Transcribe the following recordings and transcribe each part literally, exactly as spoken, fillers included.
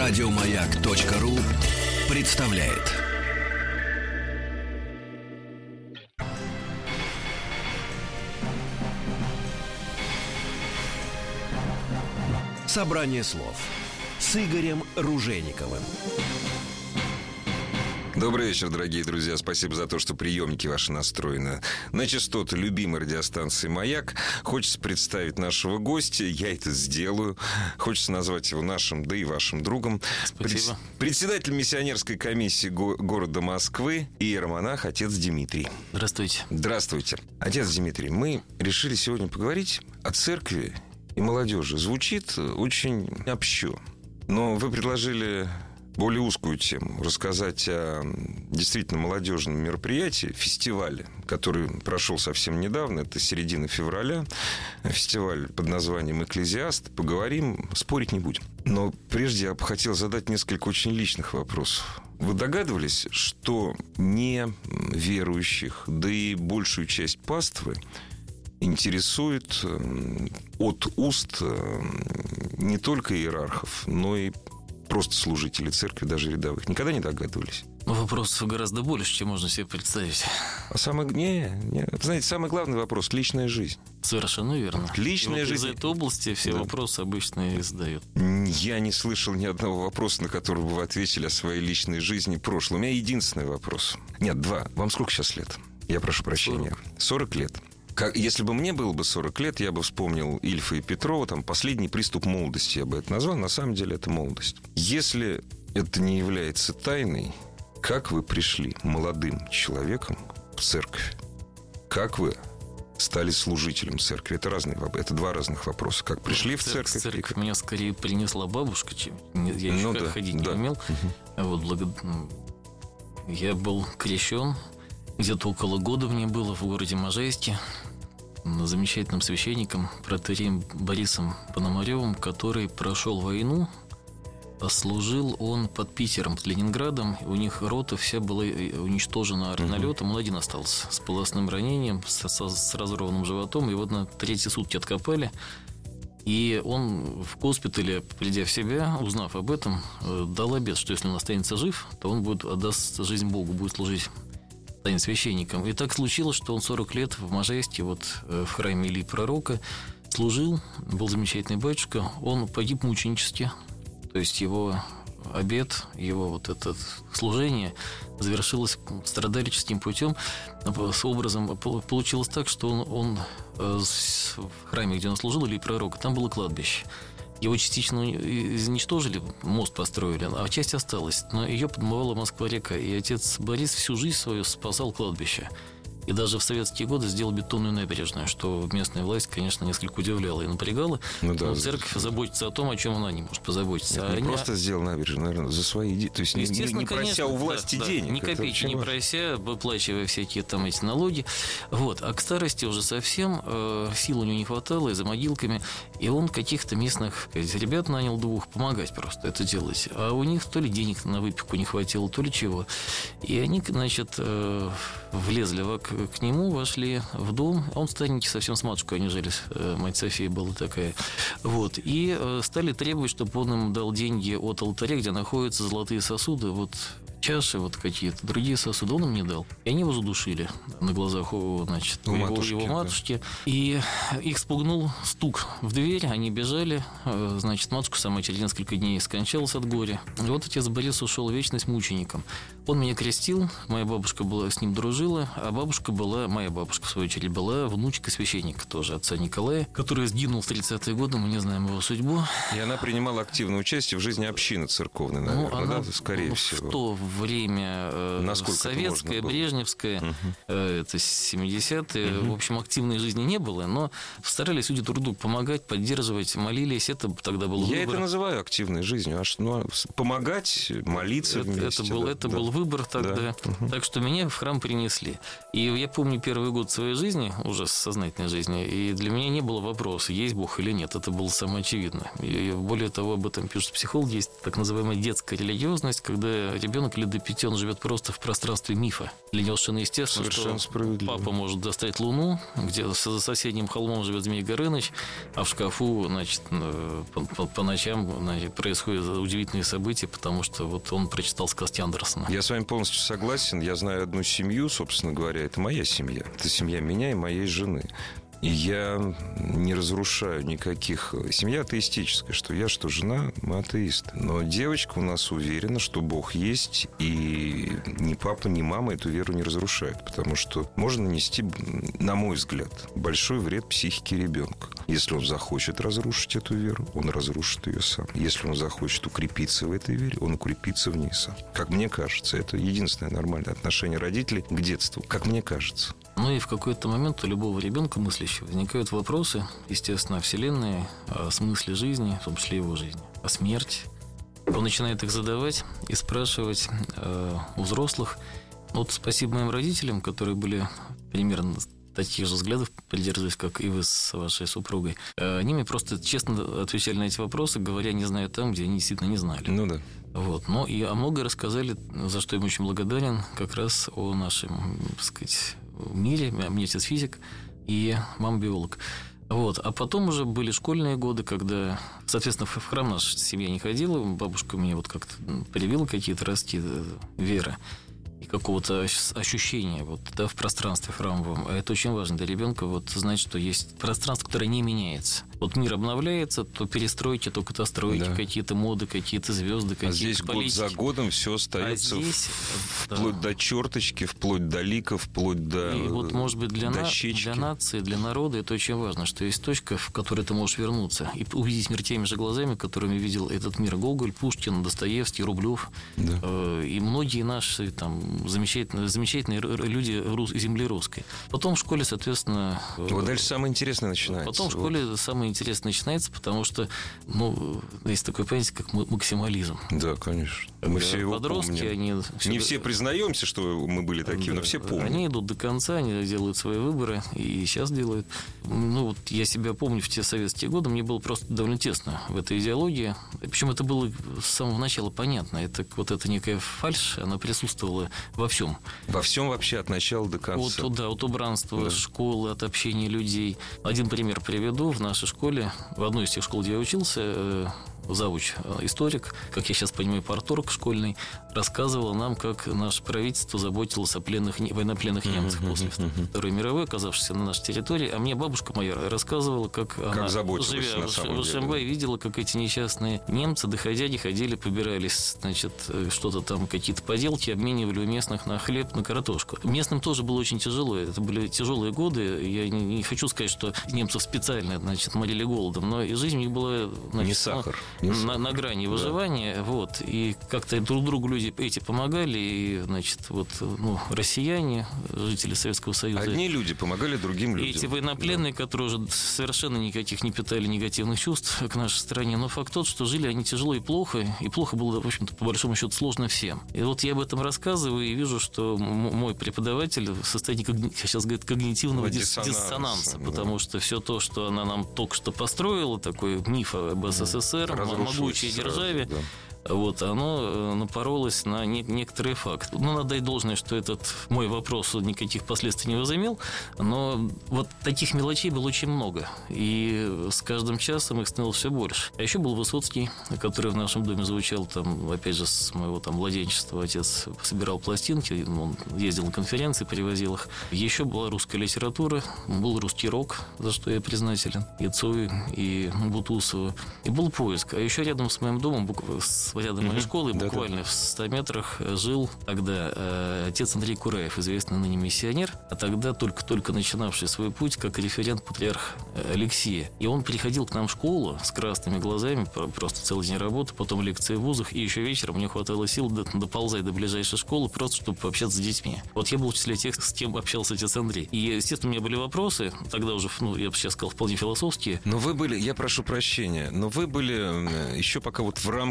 Радиомаяк.ру представляет. Собрание слов с Игорем Ружейниковым. Добрый вечер, дорогие друзья. Спасибо за то, что приемники ваши настроены на частоты любимой радиостанции «Маяк». Хочется представить нашего гостя. Я это сделаю. Хочется назвать его нашим, да и вашим другом. Спасибо. Председатель миссионерской комиссии го- города Москвы, иеромонах отец Дмитрий. Здравствуйте. Здравствуйте. Отец Дмитрий, мы решили сегодня поговорить о церкви и молодежи. Звучит очень общо. Но вы предложили более узкую тему, рассказать о действительно молодежном мероприятии, фестивале, который прошел совсем недавно, это середина февраля, фестиваль под названием «Экклезиаст». Поговорим, спорить не будем. Но прежде я бы хотел задать несколько очень личных вопросов. Вы догадывались, что не верующих, да и большую часть паствы интересует от уст не только иерархов, но и просто служители церкви, даже рядовых? Никогда не догадывались? Вопросов гораздо больше, чем можно себе представить. А самое... Не, не, знаете, самый главный вопрос – личная жизнь. Совершенно верно. Личная вот жизнь. Из этой области все Да. вопросы обычно и задают. Я не слышал ни одного вопроса, на который бы вы ответили о своей личной жизни прошлой. У меня единственный вопрос. Нет, два. Вам сколько сейчас лет? Я прошу прощения. сорок лет. Как, если бы мне было бы сорок лет, я бы вспомнил Ильфа и Петрова, там, последний приступ молодости, я бы это назвал. На самом деле это молодость. Если это не является тайной, как вы пришли молодым человеком в церковь? Как вы стали служителем церкви? Это разные, это два разных вопроса. Как пришли в церковь? Церковь как... меня скорее принесла бабушка, чем я еще Ну, да, ходить да. не умел. Угу. Вот, благо... Я был крещен. Где-то около года мне было в городе Можайске замечательным священником, протоиереем Борисом Пономаревым, который прошел войну. Служил он под Питером, под Ленинградом. У них рота вся была уничтожена налетом. Он один остался с полостным ранением, с, с, с разорванным животом. И вот на третьи сутки откопали. И он в госпитале, придя в себя, узнав об этом, дал обет, что если он останется жив, то он будет, отдаст жизнь Богу, будет служить, станет священником. И так случилось, что он сорок лет в Можайске, вот в храме Илии Пророка, служил, был замечательный батюшка. Он погиб мученически. То есть его обет, его вот это служение завершилось страдальческим путем. С образом получилось так, что он, он в храме, где он служил, Илии Пророка, там было кладбище. Его частично изничтожили, мост построили, а часть осталась. Но ее подмывала Москва-река. И отец Борис всю жизнь свою спасал кладбище. И даже в советские годы сделал бетонную набережную, что местная власть, конечно, несколько удивляла и напрягала. Ну, да, но церковь да. заботится о том, о чем она не может позаботиться. Нет, а не они... просто сделал набережную, наверное, за свои деньги. То есть не, не прося конечно, у власти да, денег. Да, ни копейки не прося, выплачивая всякие там эти налоги. Вот. А к старости уже совсем э, сил у него не хватало, и за могилками. И он каких-то местных ребят нанял двух помогать просто это делать. А у них то ли денег на выпивку не хватило, то ли чего. И они, значит, э, влезли в, к, к нему, вошли в дом. Он старенький, совсем с матушкой они жили. Мать София была такая. Вот. И стали требовать, чтобы он им дал деньги от алтаря, где находятся золотые сосуды. Вот чаши, вот какие-то другие сосуды. Он им не дал. И они его задушили на глазах у, значит, у его, матушки, его да. матушки. И их спугнул стук в дверь. Они бежали. Значит, матушка сама через несколько дней скончалась от горя. И вот отец Борис ушел в вечность мучеником. Он меня крестил. Моя бабушка была, с ним дружила. А бабушка была, моя бабушка, в свою очередь, была внучка священника тоже, отца Николая, который сгинул в тридцатые годы. Мы не знаем его судьбу. И она принимала активное участие в жизни общины церковной, наверное, ну, она, да? Скорее ну, всего. В то время э, советское, брежневское, угу. э, это семидесятые, угу. В общем, активной жизни не было, но старались люди друг другу помогать, поддерживать, молились. Это тогда был Я выбор. это называю активной жизнью. Аж, ну, помогать, молиться это, вместе. Это был, да, это да. был выбор тогда. Да. Угу. Так что меня в храм принесли. И я помню первый год своей жизни, уже сознательной жизни, и для меня не было вопроса, есть Бог или нет. Это было самое очевидно. И более того, об этом пишут психологи. Есть так называемая детская религиозность, когда ребенок лет до пяти он живет просто в пространстве мифа. Для него совершенно естественно, Совершенно что справедливо. папа может достать Луну, где за соседним холмом живет Змей Горыныч, а в шкафу, значит, по, по, по ночам, значит, происходят удивительные события, потому что вот он прочитал сказки Андерсона. Я с вами полностью согласен. Я знаю одну семью, собственно говоря, это моя семья. Это семья меня и моей жены. И я не разрушаю никаких... Семья атеистическая, что я, что жена, мы атеисты. Но девочка у нас уверена, что Бог есть, и ни папа, ни мама эту веру не разрушают. Потому что можно нанести, на мой взгляд, большой вред психике ребенка. Если он захочет разрушить эту веру, он разрушит ее сам. Если он захочет укрепиться в этой вере, он укрепится в ней сам. Как мне кажется, это единственное нормальное отношение родителей к детству. Как мне кажется. Ну и в какой-то момент у любого ребенка мыслящего возникают вопросы, естественно, о Вселенной, о смысле жизни, в том числе его жизни, о смерти. Он начинает их задавать и спрашивать э, у взрослых. Вот спасибо моим родителям, которые были примерно таких же взглядов придерживались, как и вы с вашей супругой. Они мне просто честно отвечали на эти вопросы, говоря, не знаю там, где они действительно не знали. Ну да. Вот. Но и о многое рассказали, за что я им очень благодарен, как раз о нашем, так сказать, мире. Мне отец физик и мама биолог. Вот. А потом уже были школьные годы, когда, соответственно, в храм наша семья не ходила. Бабушка мне вот как-то привила какие-то ростки веры и какого-то ощущения вот, да, в пространстве храмовом. А это очень важно для ребенка, вот, знать, что есть пространство, которое не меняется. Вот мир обновляется, то перестройки, то катастройки, да. Какие-то моды, какие-то звезды, какие-то А здесь политики. Год за годом все остается а здесь, вплоть да. до черточки, вплоть до лика, вплоть до И вот, может быть, для, на, для нации, для народа это очень важно, что есть точка, в которой ты можешь вернуться и увидеть мир теми же глазами, которыми видел этот мир Гоголь, Пушкин, Достоевский, Рублев. Да. Э, и многие наши там, замечательные, замечательные люди земли русской. Потом в школе, соответственно... Вот дальше самое интересное начинается. Потом в школе вот. самое интересное начинается, потому что ну, есть такое понятие, как максимализм. Да, конечно. Мы все его подростки, помним. Они все... Не все признаемся, что мы были такие, да, но все помнят. Они идут до конца, они делают свои выборы, и сейчас делают. Ну, вот я себя помню в те советские годы, мне было просто довольно тесно в этой идеологии. Причем это было с самого начала понятно. Это вот эта некая фальшь, она присутствовала во всем. Во всем вообще от начала до конца. От, да, от убранства, да. школы, от общения людей. Один пример приведу. В нашей школе, в одной из тех школ, где я учился, завуч, историк, как я сейчас понимаю, парторг школьный, рассказывала нам, как наше правительство заботилось о пленных, военнопленных немцах после Второй мировой, оказавшихся на нашей территории. А мне бабушка моя рассказывала, как, как она, живя в Ишимбае, видела, как эти несчастные немцы, доходя, не ходили, побирались, значит, что-то там, какие-то поделки, обменивали у местных на хлеб, на картошку. Местным тоже было очень тяжело. Это были тяжелые годы. Я не, не хочу сказать, что немцев специально, значит, морили голодом, но и жизнь у них была... Значит, не сахар. На, на грани выживания, да. Вот, и как-то друг другу люди эти помогали, и, значит, вот, ну, россияне, жители Советского Союза. Одни люди помогали другим людям. И эти военнопленные, да. которые уже совершенно никаких не питали негативных чувств к нашей стране, но факт тот, что жили они тяжело и плохо, и плохо было, в общем-то, по большому счету, сложно всем. И вот я об этом рассказываю и вижу, что мой преподаватель в состоянии, когни... сейчас говорит, когнитивного диссонанса, диссонанса да. потому что все то, что она нам только что построила, такой миф об СССР, да. могучей державе, да. Вот, оно напоролось на не- некоторые факты. Ну, надо дать должное, что этот мой вопрос никаких последствий не возымел, но вот таких мелочей было очень много, и с каждым часом их становилось все больше. А еще был Высоцкий, который в нашем доме звучал, там, опять же, с моего там младенчества отец собирал пластинки, он ездил на конференции, привозил их. Еще была русская литература, был русский рок, за что я признателен, и Цой, и Бутусова, и был поиск. А еще рядом с моим домом, с рядом моей школы, да, буквально да. в ста метрах жил тогда э, отец Андрей Кураев, известный ныне миссионер, а тогда только-только начинавший свой путь как референт патриарх Алексия. И он приходил к нам в школу с красными глазами, просто целый день работы, потом лекции в вузах, и еще вечером мне хватало сил доползать до ближайшей школы, просто чтобы пообщаться с детьми. Вот я был в числе тех, с кем общался отец Андрей. И, естественно, у меня были вопросы, тогда уже, ну, я бы сейчас сказал, вполне философские. Но вы были, я прошу прощения, но вы были еще пока вот в рамках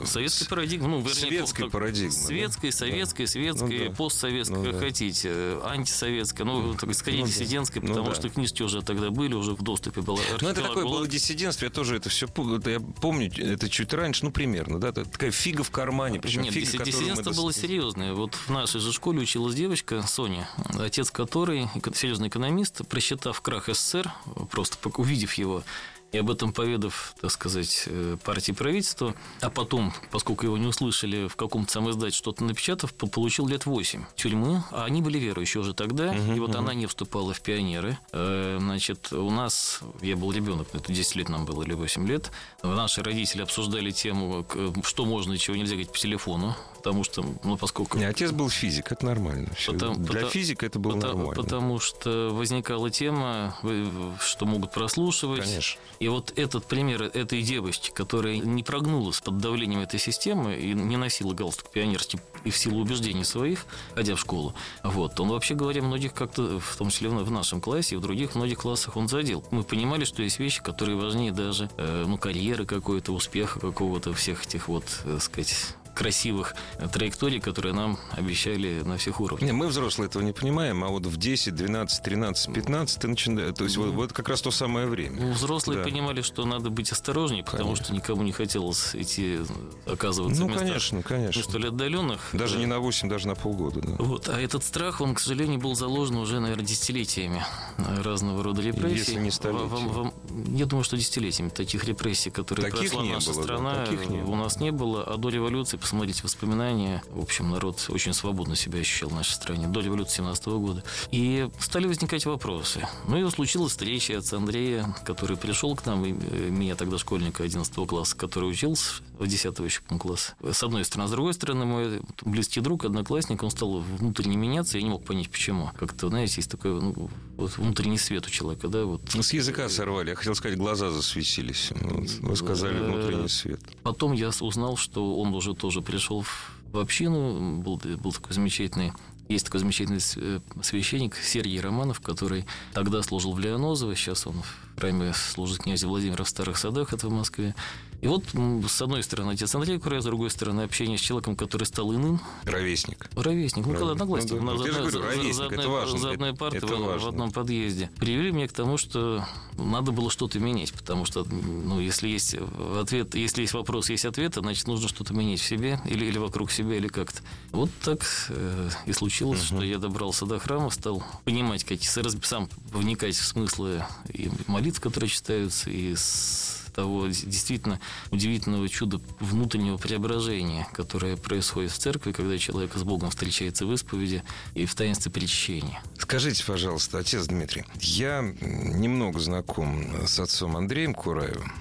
Советская парадигма, ну, вернее... Светская по, парадигма. Светская, да? советская, светская, ну, да. постсоветская, ну, как да. хотите, антисоветская, ну, так, скорее ну, диссидентская, да. потому ну, что да. книжки уже тогда были, уже в доступе была. Ну, это такое было диссидентство, я тоже это все это я помню, это чуть раньше, ну, примерно, да, это такая фига в кармане, причем Нет, фига, диссидентство мы... было серьезное. Вот в нашей же школе училась девочка, Соня, отец которой, серьезный экономист, просчитав крах СССР, просто увидев его, и об этом поведав, так сказать, партии правительства, а потом, поскольку его не услышали, в каком-то самоиздате что-то напечатав, получил лет восемь тюрьмы, а они были верующие уже тогда, uh-huh, и вот uh-huh. она не вступала в пионеры. Значит, у нас, я был ребенок, это десять лет нам было, или восемь лет, наши родители обсуждали тему, что можно и чего нельзя говорить по телефону, потому что, ну, поскольку... Не, отец был физик, это нормально. Потому, Для потому, физика это было потому, нормально. Потому что возникала тема, что могут прослушивать. Конечно. И вот этот пример этой девочки, которая не прогнулась под давлением этой системы и не носила галстук пионерский и в силу убеждений своих, ходя в школу, вот, он, вообще говоря, многих как-то, в том числе в нашем классе и в других многих классах, он задел. Мы понимали, что есть вещи, которые важнее даже, э, ну, карьеры какой-то, успеха какого-то, всех этих вот, так сказать... красивых траекторий, которые нам обещали на всех уровнях. Не, мы, взрослые, этого не понимаем, а вот в десять, двенадцать, тринадцать, пятнадцать ты начинаешь... То есть mm-hmm. вот, вот как раз то самое время. Ну, взрослые да. понимали, что надо быть осторожнее, потому конечно. Что никому не хотелось идти оказываться ну, в местах, конечно, конечно. ну, что ли, отдаленных. Даже да. не на восемь, даже на полгода. Да. Вот. А этот страх, он, к сожалению, был заложен уже, наверное, десятилетиями разного рода репрессий. Если не столетиями. Я думаю, что десятилетиями таких репрессий, которые таких прошла наша было, страна, да, таких не у нас не было. А до революции, посмотрите воспоминания, в общем, народ очень свободно себя ощущал в нашей стране до революции семнадцатого года. И стали возникать вопросы. Ну и случилась встреча отца Андрея, который пришел к нам, и меня тогда, школьника одиннадцатого класса, который учился в десятого еще класса. С одной стороны. С другой стороны, мой близкий друг, одноклассник, он стал внутренне меняться, я не мог понять, почему. Как-то, знаете, есть такой ну, вот внутренний свет у человека, да? Вот. Ну, с языка сорвали. Я хотел сказать, глаза засветились. Вот. Вы сказали внутренний свет. Потом я узнал, что он уже тоже пришел в в общину, был, был такой замечательный, есть такой замечательный священник Сергей Романов, который тогда служил в Лианозово, сейчас он в храме служит князя Владимира в Старых Садах, это в Москве. И вот, с одной стороны, отец Андрей Кураев, с другой стороны, общение с человеком, который стал иным. Ровесник. Ровесник. Ну, когда одноклассник. Ну, да. У нас вот за, говорю, за, за, это одной, важно. за одной парты это в, в одном подъезде. Привели меня к тому, что надо было что-то менять, потому что, ну, если есть ответ, если есть вопрос, есть ответ, значит, нужно что-то менять в себе или, или вокруг себя, или как-то. Вот так э, и случилось, uh-huh. что я добрался до храма, стал понимать, какие, сам вникать в смыслы и молитв, которые читаются, и с того действительно удивительного чуда внутреннего преображения, которое происходит в церкви, когда человек с Богом встречается в исповеди и в таинстве причащения. Скажите, пожалуйста, отец Дмитрий, я немного знаком с отцом Андреем Кураевым.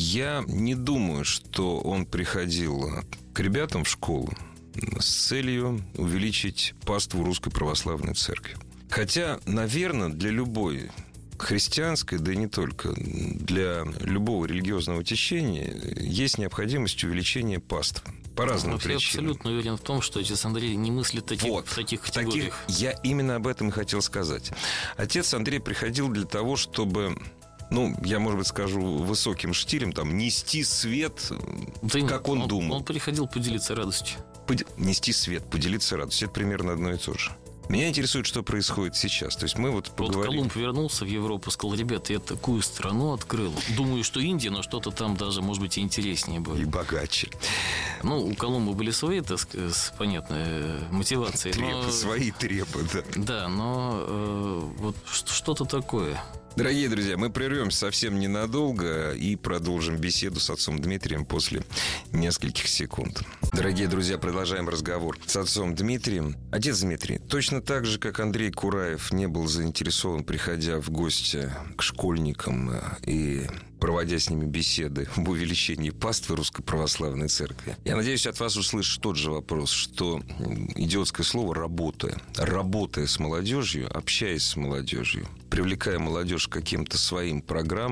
Я не думаю, что он приходил к ребятам в школу с целью увеличить паству Русской Православной Церкви. Хотя, наверное, для любой христианской, да и не только, для любого религиозного течения есть необходимость увеличения паствы. По разным Но причинам. Я абсолютно уверен в том, что отец Андрей не мыслит таких, вот, в таких категориях. Таких, я именно об этом и хотел сказать. Отец Андрей приходил для того, чтобы... Ну, я, может быть, скажу высоким штилем, там, нести свет, да как он, он думал. Он приходил поделиться радостью. Под... Нести свет, поделиться радостью. Это примерно одно и то же. Меня интересует, что происходит сейчас. То есть мы вот поговорим... Вот Колумб вернулся в Европу, сказал, ребята, я такую страну открыл. Думаю, что Индия, но что-то там даже, может быть, и интереснее будет. И богаче. Ну, у Колумба были свои, так сказать, понятные мотивации. Трепы, но... свои трепы, да. Да, но э, вот что-то такое... Дорогие друзья, мы прервемся совсем ненадолго и продолжим беседу с отцом Дмитрием после нескольких секунд. Дорогие друзья, продолжаем разговор с отцом Дмитрием. Отец Дмитрий, точно так же, как Андрей Кураев не был заинтересован, приходя в гости к школьникам и проводя с ними беседы об увеличении паствы Русской Православной Церкви. Я надеюсь, от вас услышать тот же вопрос, что идиотское слово «работая». Работая с молодежью, общаясь с молодежью, привлекая молодежь к каким-то своим программам,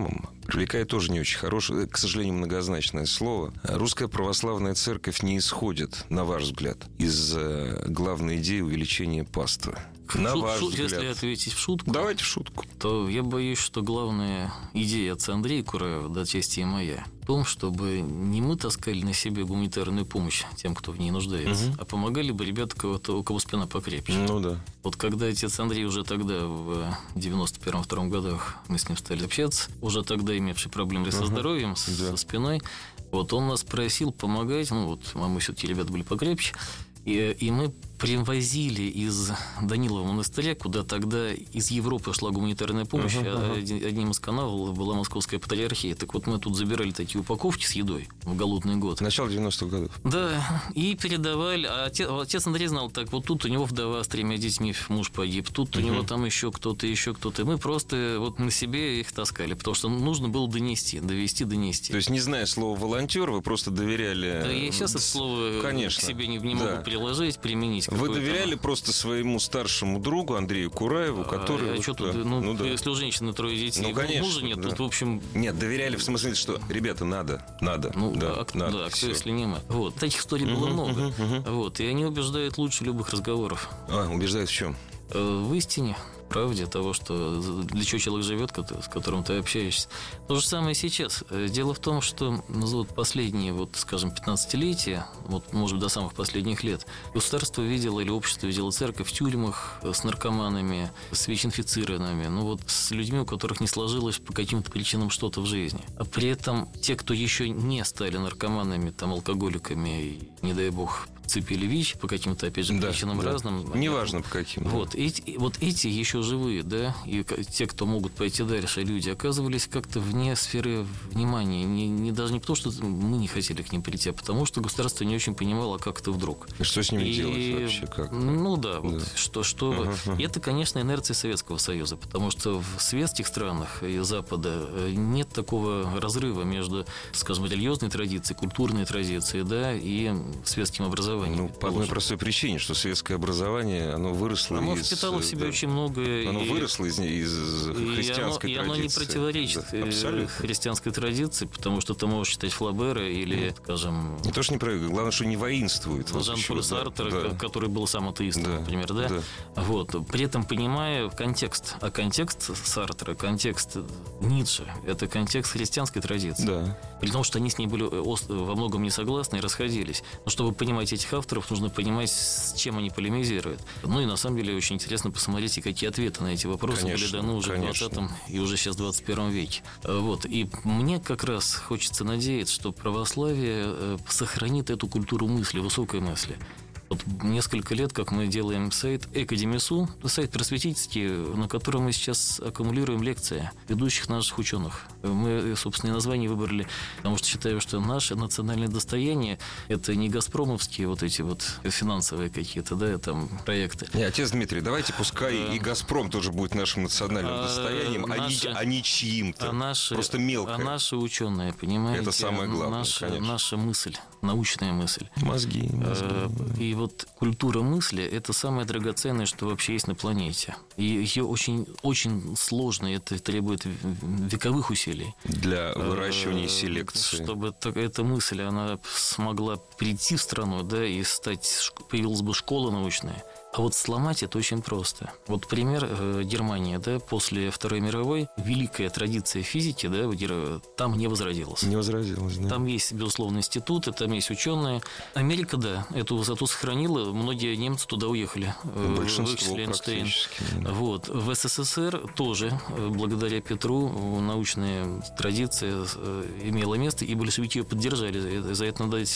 Привлекает тоже не очень хорошее, к сожалению, многозначное слово. Русская православная церковь не исходит, на ваш взгляд, из главной идеи увеличения паства. На Шу- ваш шу- взгляд. Если ответить в шутку, Давайте в шутку. то я боюсь, что главная идея отца Андрея Кураева, до чести и моя, в том, чтобы не мы таскали на себе гуманитарную помощь тем, кто в ней нуждается, угу. а помогали бы ребята, у кого спина покрепче. Ну да. Вот когда отец Андрей уже тогда, в девяносто первом — втором годах, мы с ним стали общаться, уже тогда имевший проблемы со здоровьем, угу. с, да. со спиной, вот он нас просил помогать, ну вот, а мы все-таки ребята были покрепче, и, и мы привозили из Данилова монастыря, куда тогда из Европы шла гуманитарная помощь, uh-huh, uh-huh. а одним из каналов была Московская патриархия. Так вот, мы тут забирали такие упаковки с едой в голодный год. Начало девяностых годов. Да, и передавали. А отец, отец Андрей знал, так вот тут у него вдова с тремя детьми, муж погиб, тут uh-huh. у него там еще кто-то, еще кто-то. И мы просто вот на себе их таскали, потому что нужно было донести, довести, донести. То есть, не зная слова «волонтер», вы просто доверяли... Да, я сейчас это слово Конечно. к себе не, не могу да. приложить, применить. Вы доверяли там... просто своему старшему другу Андрею Кураеву, который... А, а вот, что тут, да. ну, ну, да. если у женщины трое детей, ну, конечно, мужа нет, да. тут, в общем... Нет, доверяли в смысле, что, ребята, надо, надо. Ну, да, а, надо, да, кто, если не мы. Вот, таких историй было uh-huh, много. Uh-huh, uh-huh. Вот, и они убеждают лучше любых разговоров. А, убеждают в чем? В истине, в правде того, что для чего человек живет, с которым ты общаешься. То же самое сейчас. Дело в том, что ну, вот последние, вот, скажем, пятнадцатилетия, вот, может быть, до самых последних лет, государство видело или общество видело церковь в тюрьмах с наркоманами, с ВИЧ-инфицированными, ну вот с людьми, у которых не сложилось по каким-то причинам что-то в жизни. А при этом те, кто еще не стали наркоманами, там, алкоголиками, и, не дай бог, цепили ВИЧ по каким-то, опять же, да, причинам да. разным. Неважно по каким. Вот, да. эти, вот эти еще живые, да, и те, кто могут пойти дальше, люди оказывались как-то вне сферы внимания. Не, не, даже не потому, что мы не хотели к ним прийти, а потому, что государство не очень понимало, как это вдруг. И что с ними и, делать вообще? Как? Ну да, да. вот что... что uh-huh, uh-huh. И это, конечно, инерция Советского Союза, потому что в светских странах и Запада нет такого разрыва между, скажем, религиозной традицией, культурной традицией, да, и светским образованием. Ну, по одной простой причине, что светское образование, оно выросло оно из... Оно впитало в себя да, очень многое. Оно и, выросло из, из христианской и традиции. оно, и оно не противоречит да, христианской традиции, потому что ты можешь читать Флабера или, mm. скажем... Не то, что не правильно, главное, что не воинствует. Жан-Поль Сартр, да. который был сам атеистом, да, например, да? да. Вот. При этом понимая контекст. А контекст Сартра, контекст Ницше, это контекст христианской традиции. Да. При том, что они с ней были во многом не согласны и расходились. Но чтобы понимать этих авторов, нужно понимать, с чем они полемизируют. Ну и на самом деле очень интересно посмотреть, какие ответы на эти вопросы конечно, были даны уже конечно. в двадцатом и уже сейчас в двадцать первом веке. Вот. И мне как раз хочется надеяться, что православие сохранит эту культуру мысли, высокой мысли. Вот несколько лет, как мы делаем сайт Экадемису, сайт просветительский, на котором мы сейчас аккумулируем лекции ведущих наших ученых. Мы, собственно, и название выбрали, потому что считаю, что наше национальное достояние – это не газпромовские вот эти вот финансовые какие-то, да, там, проекты. Не, отец Дмитрий, давайте пускай а, и «Газпром» тоже будет нашим национальным а, достоянием, наши, а не чьим-то, а наши, просто мелкое. А наши ученые, понимаете? Это самое главное, наша, конечно. Наша мысль, научная мысль. Мозги, мозги. И вот культура мысли – это самое драгоценное, что вообще есть на планете. И ее очень, очень сложно, это требует вековых усилий. Для выращивания селекции. Чтобы так, эта мысль, она смогла прийти в страну, да, и стать, появилась бы школа научная. А вот сломать это очень просто. Вот пример э, Германия, да, после Второй мировой великая традиция физики, да, там не возродилась. Не возродилась, да. Там есть, безусловно, институты, там есть ученые. Америка, да, эту высоту сохранила. Многие немцы туда уехали. Большинство практически. Да. Вот. В СССР тоже, благодаря Петру, научная традиция имела место, и большевики ее поддержали. За это надо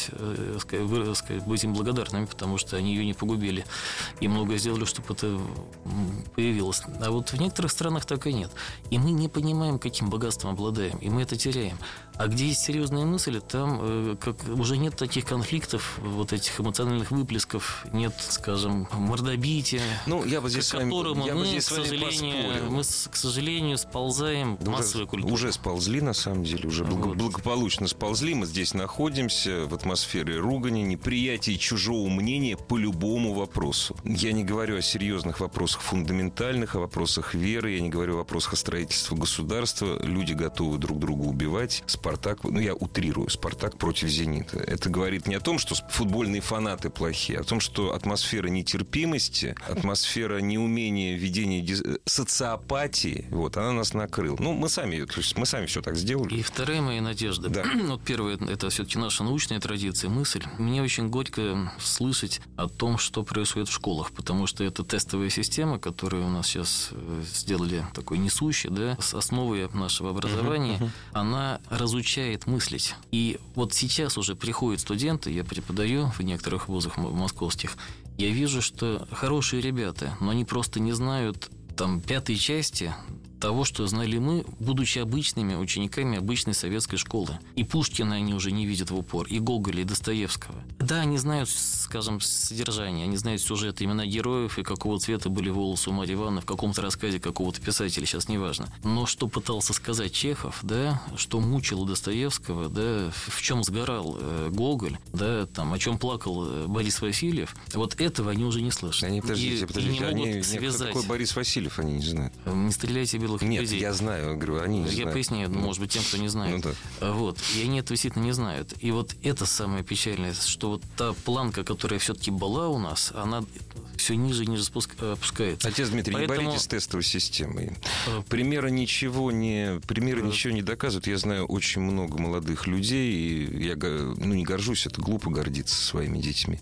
быть им благодарными, потому что они ее не погубили. И многое сделали, чтобы это появилось. А вот в некоторых странах так и нет. И мы не понимаем, каким богатством обладаем. И мы это теряем. А где есть серьезные мысли, там э, как, уже нет таких конфликтов, вот этих эмоциональных выплесков, нет, скажем, мордобития, ну, я бы здесь к которому я мы, бы здесь к, сожалению, мы, к сожалению, сползаем в массовую культуру. Уже сползли, на самом деле, уже вот. благополучно сползли. Мы здесь находимся в атмосфере ругани, неприятия, чужого мнения по любому вопросу. Я не говорю о серьезных вопросах фундаментальных, о вопросах веры, я не говорю о вопросах о строительстве государства. Люди готовы друг друга убивать. Спартак, ну я утрирую, Спартак против Зенита. Это говорит не о том, что футбольные фанаты плохие, а о том, что атмосфера нетерпимости, атмосфера неумения ведения диз... социопатии, вот, она нас накрыла. Ну, мы сами, то есть мы сами все так сделали. И вторая моя надежда. Да. Вот первое, это все-таки наша научная традиция, мысль. Мне очень горько слышать о том, что происходит в школах, потому что это тестовая система, которую у нас сейчас сделали такой несущей, да, с основой нашего образования, uh-huh, uh-huh. она разучает мыслить. И вот сейчас уже приходят студенты, я преподаю в некоторых вузах московских, я вижу, что хорошие ребята, но они просто не знают там пятой части того, что знали мы, будучи обычными учениками обычной советской школы. И Пушкина они уже не видят в упор, и Гоголя, и Достоевского. Да, они знают, скажем, содержание, они знают сюжет, имена героев, и какого цвета были волосы у Марьи Ивановны в каком-то рассказе какого-то писателя, сейчас неважно. Но что пытался сказать Чехов, да, что мучил Достоевского, да, в чем сгорал э, Гоголь, да, там, о чем плакал э, Борис Васильев, вот этого они уже не слышат. Они, подождите, и, подождите, и не они, могут связать. Кто такой Борис Васильев, они не знают. Не стреляйте белых Нет, людей. я знаю, говорю, они не я знают. Я поясняю, ну, может быть, тем, кто не знает. Ну, да. Вот. И они этого действительно не знают. И вот это самое печальное, что вот та планка, которая все-таки была у нас, она все ниже и ниже спуск... опускается. Отец Дмитрий, Поэтому... не боритесь с тестовой системой. Примеры ничего не, примеры ничего не доказывают. Я знаю очень много молодых людей, и я ну, не горжусь, это глупо гордиться своими детьми.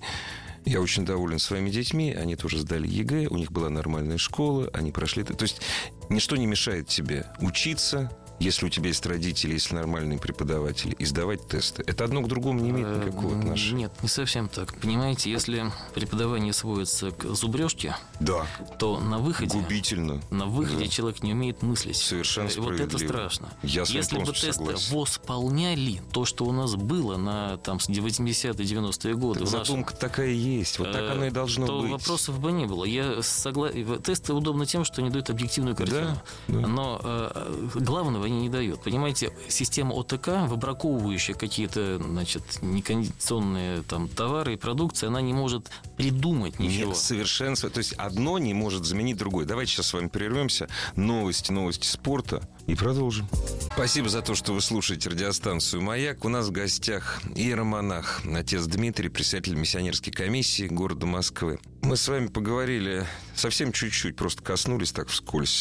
Я очень доволен своими детьми. Они тоже сдали ЕГЭ, у них была нормальная школа, они прошли... То есть ничто не мешает тебе учиться, если у тебя есть родители, если нормальные преподаватели, и сдавать тесты. Это одно к другому не имеет никакого отношения. Нет, не совсем так. Понимаете, если преподавание сводится к зубрежке, да. то на выходе... Губительно. На выходе да. человек не умеет мыслить. Совершенно справедливо. Вот это страшно. Я с вами если бы тесты согласен. восполняли то, что у нас было на там, восьмидесятые, девяностые годы... Так задумка нашем... такая есть. Вот так оно и должно то быть. То вопросов бы не было. Я согласен. Тесты удобны тем, что они дают объективную картину. Да, да. Но э, главного они не дают. Понимаете, система ОТК, выбраковывающая какие-то, значит, некондиционные там товары и продукции, она не может придумать ничего. Нет совершенства. То есть одно не может заменить другое. Давайте сейчас с вами прервемся. Новости, новости спорта и продолжим. Спасибо за то, что вы слушаете радиостанцию «Маяк». У нас в гостях иеромонах отец Дмитрий, председатель миссионерской комиссии города Москвы. Мы с вами поговорили совсем чуть-чуть, просто коснулись так вскользь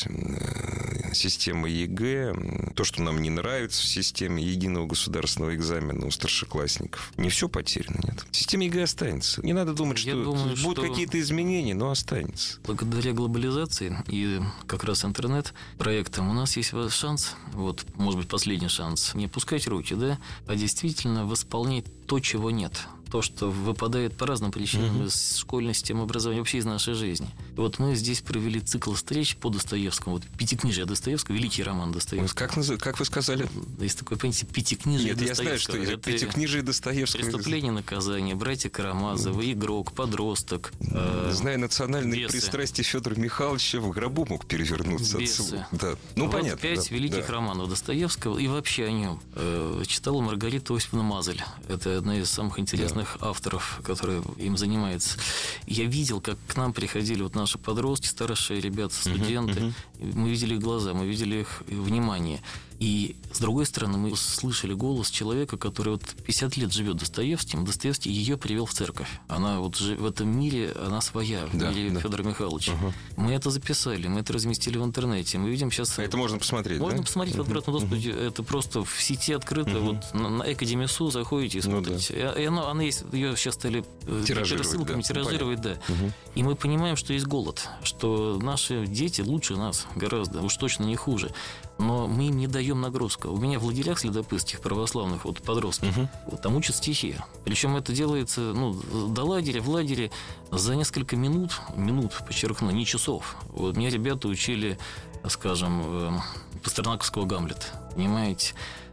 системы ЕГЭ, то, что нам не нравится в системе единого государственного экзамена у старшеклассников. Не все потеряно, нет. Система ЕГЭ останется. Не надо думать, Я что думаю, будут что... какие-то изменения, но останется. Благодаря глобализации и как раз интернет-проектам у нас есть шанс, вот, может быть, последний шанс, не опускать руки, да, а действительно восполнять то, чего нет. То, что выпадает по разным причинам uh-huh. из школьной системы образования, вообще из нашей жизни. И вот мы здесь провели цикл встреч по Достоевскому. Вот пятикнижие Достоевского, великий роман Достоевского. Как, как вы сказали? Есть такое понятие пятикнижие Нет, Достоевского. Я знаю, что это пятикнижие Достоевского. Преступление, наказание, братья Карамазовы, uh-huh. игрок, подросток. Uh-huh. Э, Зная национальные бесы. пристрастия Федора Михайловича, в гробу мог перевернуться. Бесы. Да. Ну, вот понятно. Пять да. великих да. романов Достоевского и вообще о нем. Э, читала Маргарита Осиповна Мазель. Это одна из самых интересных да. авторов, которые им занимаются. Я видел, как к нам приходили вот наши подростки, старшие ребята, студенты. Uh-huh, uh-huh. Мы видели их глаза, мы видели их внимание. И, с другой стороны, мы слышали голос человека, который вот пятьдесят лет живет Достоевским. Достоевский ее привел в церковь. Она вот в этом мире, она своя, в да, мире да. Федора Михайловича. Угу. Мы это записали, мы это разместили в интернете. Мы видим сейчас... А это можно посмотреть, Можно да? посмотреть угу. в обратном доступе. Угу. Это просто в сети открыто. Угу. Вот на, на Экодемису заходите и смотрите. Ну, да. И она, она есть, ее сейчас стали пересылками да. тиражировать. Да. Угу. И мы понимаем, что есть голод. Что наши дети лучше нас гораздо, уж точно не хуже. Но мы им не даем нагрузку. У меня в лагерях следопытских православных вот подростков uh-huh. вот, там учат стихи. Причем это делается ну, до лагеря, в лагере за несколько минут, минут, подчеркну, не часов. Вот меня ребята учили, скажем, Пастернаковского «Гамлета». Понимаете?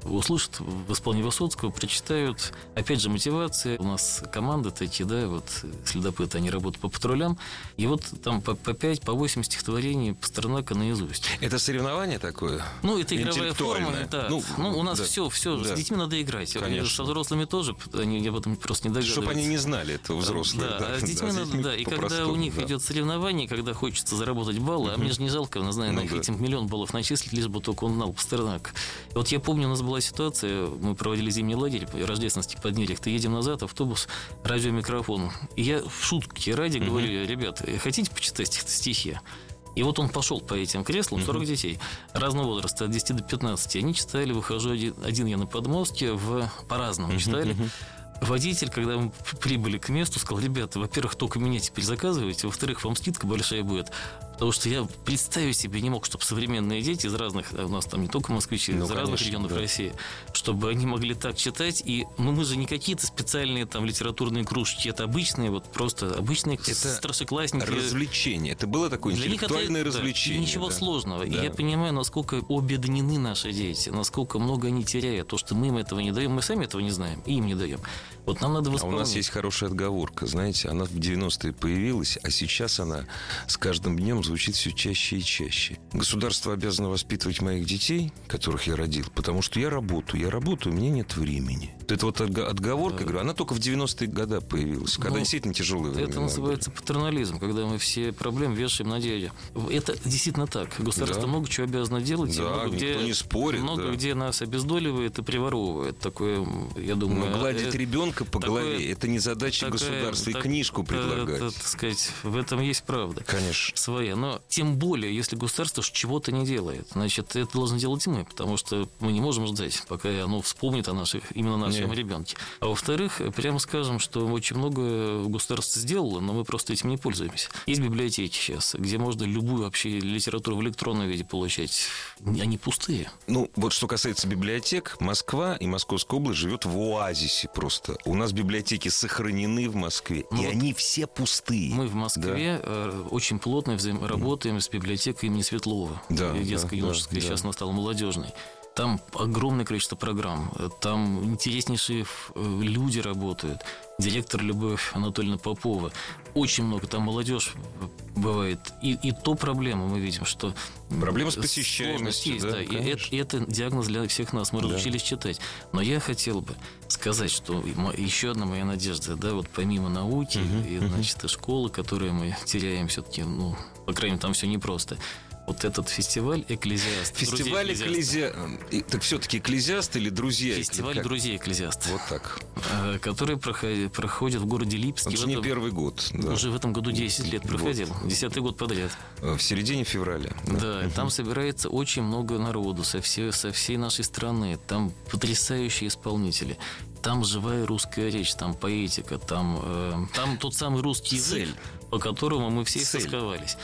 услышат в исполнении Высоцкого, прочитают, опять же, мотивация. У нас команда такие, да, вот следопыты, они работают по патрулям, и вот там по, по пять, по восемь стихотворений Пастернака наизусть. Это соревнование такое? Ну, это игровая форма, да. Ну, ну, у нас да. все, все, Да. с детьми надо играть. Конечно. Со взрослыми тоже, они об этом просто не догадываются. Чтобы они не знали этого взрослые. Да, Да, а с детьми да, надо, да. И когда у них да. идет соревнование, когда хочется заработать баллы, угу. а мне же не жалко, не знаю, ну, на да. этим миллион баллов начислить, лишь бы только он знал Пастернак. И вот я помню, у нас была ситуация, мы проводили зимний лагерь рождественский под Нерехтой, едем назад, автобус, радиомикрофон. И я в шутке ради угу. говорю: ребят, хотите почитать стихи? И вот он пошел по этим креслам, сорок uh-huh. детей разного возраста, от десяти до пятнадцати. Они читали, выхожу один, один я на подмостке, в, по-разному uh-huh, читали. Uh-huh. Водитель, когда мы прибыли к месту, сказал: ребята, во-первых, только меня теперь заказывайте, во-вторых, вам скидка большая будет. Потому что я представить себе не мог, чтобы современные дети из разных, у нас там не только москвичи, ну, из конечно, разных регионов да. России, чтобы они могли так читать. И ну, мы же не какие-то специальные там литературные кружки, это обычные, вот просто обычные это старшеклассники. Развлечение. Это было такое для интеллектуальное это, развлечение. Да, ничего да. сложного. Да. И я понимаю, насколько обеднены наши дети, насколько много они теряют. То, что мы им этого не даем, мы сами этого не знаем, и им не даем. Вот нам надо восполнить. А у нас есть хорошая отговорка, знаете, она в девяностые появилась, а сейчас она с каждым днем звучит все чаще и чаще. Государство обязано воспитывать моих детей, которых я родил, потому что я работаю, я работаю, у меня нет времени. Вот эта вот отговорка, да. говорю, она только в девяностые годы появилась, когда ну, действительно тяжелые времена. Это называется были. Патернализм, когда мы все проблемы вешаем на дядю. Это действительно так. Государство да. много чего обязано делать, да, и много никто где, не спорит, много да. где нас обездоливает и приворовывает. Такое, я думаю... Но гладить это, ребенка по такое, голове, это не задача такая, государства, так, и книжку предлагать. Это, так сказать, в этом есть правда. Конечно. Своя. Но тем более, если государство чего-то не делает, значит, это должны делать и мы, потому что мы не можем ждать, пока оно вспомнит о наших, именно нашем Нет. ребенке. А во-вторых, прямо скажем, что очень много государство сделало, но мы просто этим не пользуемся. Есть библиотеки сейчас, где можно любую вообще литературу в электронном виде получать. Они пустые. Ну, вот что касается библиотек, Москва и Московская область живет в оазисе просто. У нас библиотеки сохранены в Москве, ну, и вот они все пустые. Мы в Москве да. очень плотно взаимоработаем с библиотекой имени Светлова. Да, детская, да, юношеская, да, сейчас да. она стала молодежной. Там огромное количество программ, там интереснейшие люди работают. Директор Любовь Анатольевна Попова. Очень много там молодежь бывает. И, и то проблема мы видим, что... Проблема с посещаемостью, есть, да, да. И это, это диагноз для всех нас. Мы да. разучились читать. Но я хотел бы сказать, что еще одна моя надежда, да, вот помимо науки uh-huh, и, значит, uh-huh. школы, которые мы теряем все-таки, ну, по крайней мере, там все непросто. Вот этот фестиваль «Экклезиаст». Фестиваль «Экклезиаст». Так все-таки «Экклезиаст» или «Друзья»? Фестиваль как? «Друзей Экклезиаст». Вот так. Который проходит, проходит в городе Липске. Это же не первый год. Да. Уже в этом году десять лет проходил. Вот. Десятый год подряд. В середине февраля. Да, да угу. Там собирается очень много народу со всей, со всей нашей страны. Там потрясающие исполнители. Там живая русская речь, там поэтика, там, э, там тот самый русский язык, по которому мы все истосковались.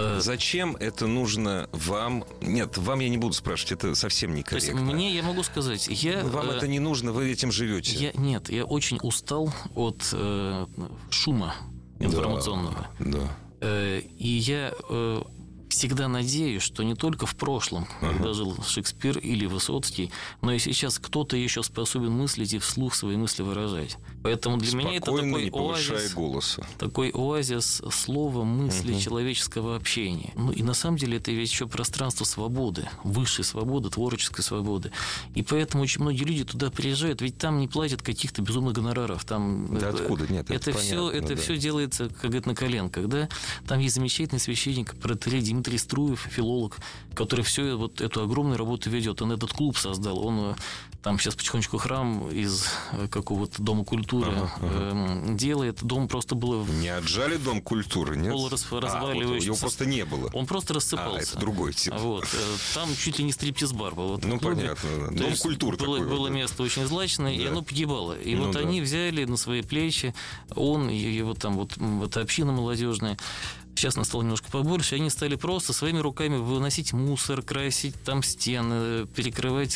Зачем это нужно вам? Нет, вам я не буду спрашивать, это совсем некорректно. То есть мне, я могу сказать, я... Вам э, это не нужно, вы этим живете. Я, нет, я очень устал от э, шума информационного. Да, да. Э, и я... Э, всегда надеюсь, что не только в прошлом, uh-huh. когда жил Шекспир или Высоцкий, но и сейчас кто-то еще способен мыслить и вслух свои мысли выражать. Поэтому для Спокойно, меня это такой не повышая оазис, голоса. такой оазис слова, мысли, uh-huh. человеческого общения. Ну и на самом деле это ведь еще пространство свободы, высшей свободы, творческой свободы. И поэтому очень многие люди туда приезжают, ведь там не платят каких-то безумных гонораров. Там да это, откуда? Нет, это, это все, это да. все делается, как говорят, на коленках. Да? Там есть замечательный священник, протоиерей Дмитрий Струев, филолог, который всю вот эту огромную работу ведет. Он этот клуб создал. Он там сейчас потихонечку храм из какого-то дома культуры ага, ага. Э, делает. Дом просто был... Не отжали дом культуры, нет? Полуразваливающийся. А, вот, его просто не было. Он просто рассыпался. А, это другой тип. Вот. Там чуть ли не стриптиз-бар был. Вот ну, понятно. Да. Дом культуры было, такой. Было вот, место очень злачное, да. и оно погибало. И ну, вот да. они взяли на свои плечи, он и его там вот, вот община молодежная. Сейчас нас стало немножко побольше, и они стали просто своими руками выносить мусор, красить там стены, перекрывать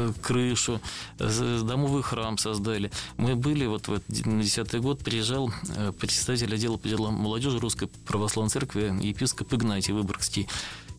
крышу, домовый храм создали. Мы были, вот в десятый год приезжал председатель отдела по делам молодежи Русской Православной Церкви епископ Игнатий Выборгский.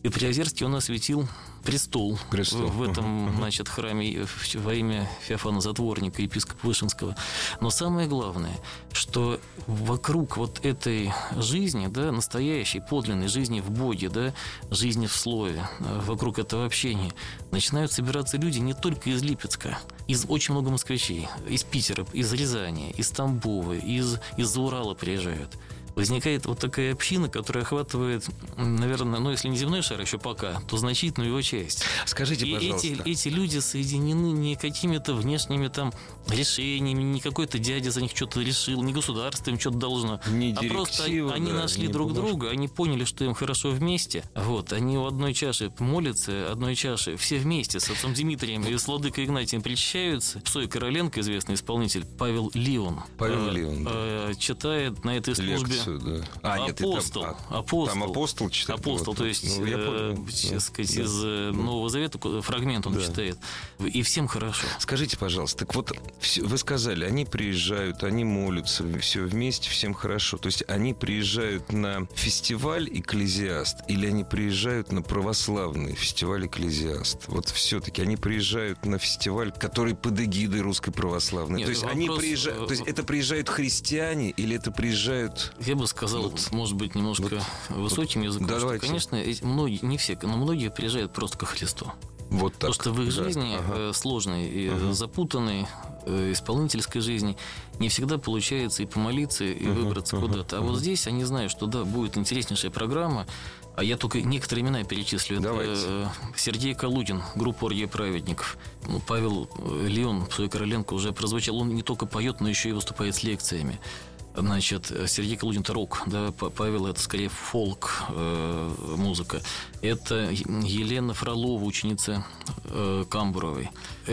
И Приозерский он осветил престол, Престол. в этом, Uh-huh. значит, храме во имя Феофана Затворника, епископа Вышинского. Но самое главное, что вокруг вот этой жизни, да, настоящей, подлинной жизни в Боге, да, жизни в Слове, вокруг этого общения, начинают собираться люди не только из Липецка, из очень много москвичей, из Питера, из Рязани, из Тамбова, из, из Урала приезжают. Возникает вот такая община, которая охватывает, наверное, ну, если не земной шар еще пока, то значительную его часть. Скажите, и пожалуйста. эти, эти люди соединены не какими-то внешними там решениями, не какой-то дядя за них что-то решил, не государство им что-то должно. Не а просто директива, они да, нашли не друг бумажка. друга, они поняли, что им хорошо вместе. Вот, они у одной чаши молятся, одной чаши все вместе с отцом Дмитрием и с владыкой Игнатием причащаются. Псой Короленко, известный исполнитель, Павел Лион, Павел э, Лион, да. э, читает на этой службе. Лекцию, да. А, нет, это- апостол, а, апостол, там апостол читает. апостол, Вот, то вот. есть, Ну, я э, понял. так Да, сказать, да. из э, Нового Завета фрагмент он Да. читает, и всем хорошо. Скажите, пожалуйста, так вот, всё- вы сказали, они приезжают, они молятся, все вместе, всем хорошо. То есть они приезжают на фестиваль «Экклезиаст» или они приезжают на православный фестиваль «Экклезиаст»? Вот все-таки они приезжают на фестиваль, который под эгидой Русской Православной. Нет, то есть вопрос, они приезжают, то есть это приезжают христиане или это приезжают... Я бы сказал, Вот. может быть, немножко высоким языком, что, давайте. конечно, эти- многие, не все, но многие приезжают просто ко Христу. Вот так. Потому что в их Да. жизни, Ага. э, сложной и Ага. запутанной, э, исполнительской жизни, не всегда получается и помолиться, и Ага, выбраться ага, куда-то. А вот ага. здесь они знают, что да, будет интереснейшая программа. А я только некоторые имена перечислю. Это, Давайте. э, Сергей Калугин, группа «Оргия праведников». Ну, Павел э, Лион, Псой Короленко уже прозвучал. Он не только поет, но еще и выступает с лекциями. Значит, Сергей Калугин – это рок, да, П- Павел – это скорее фолк, э, музыка. Это Елена Фролова, ученица э, Камбуровой.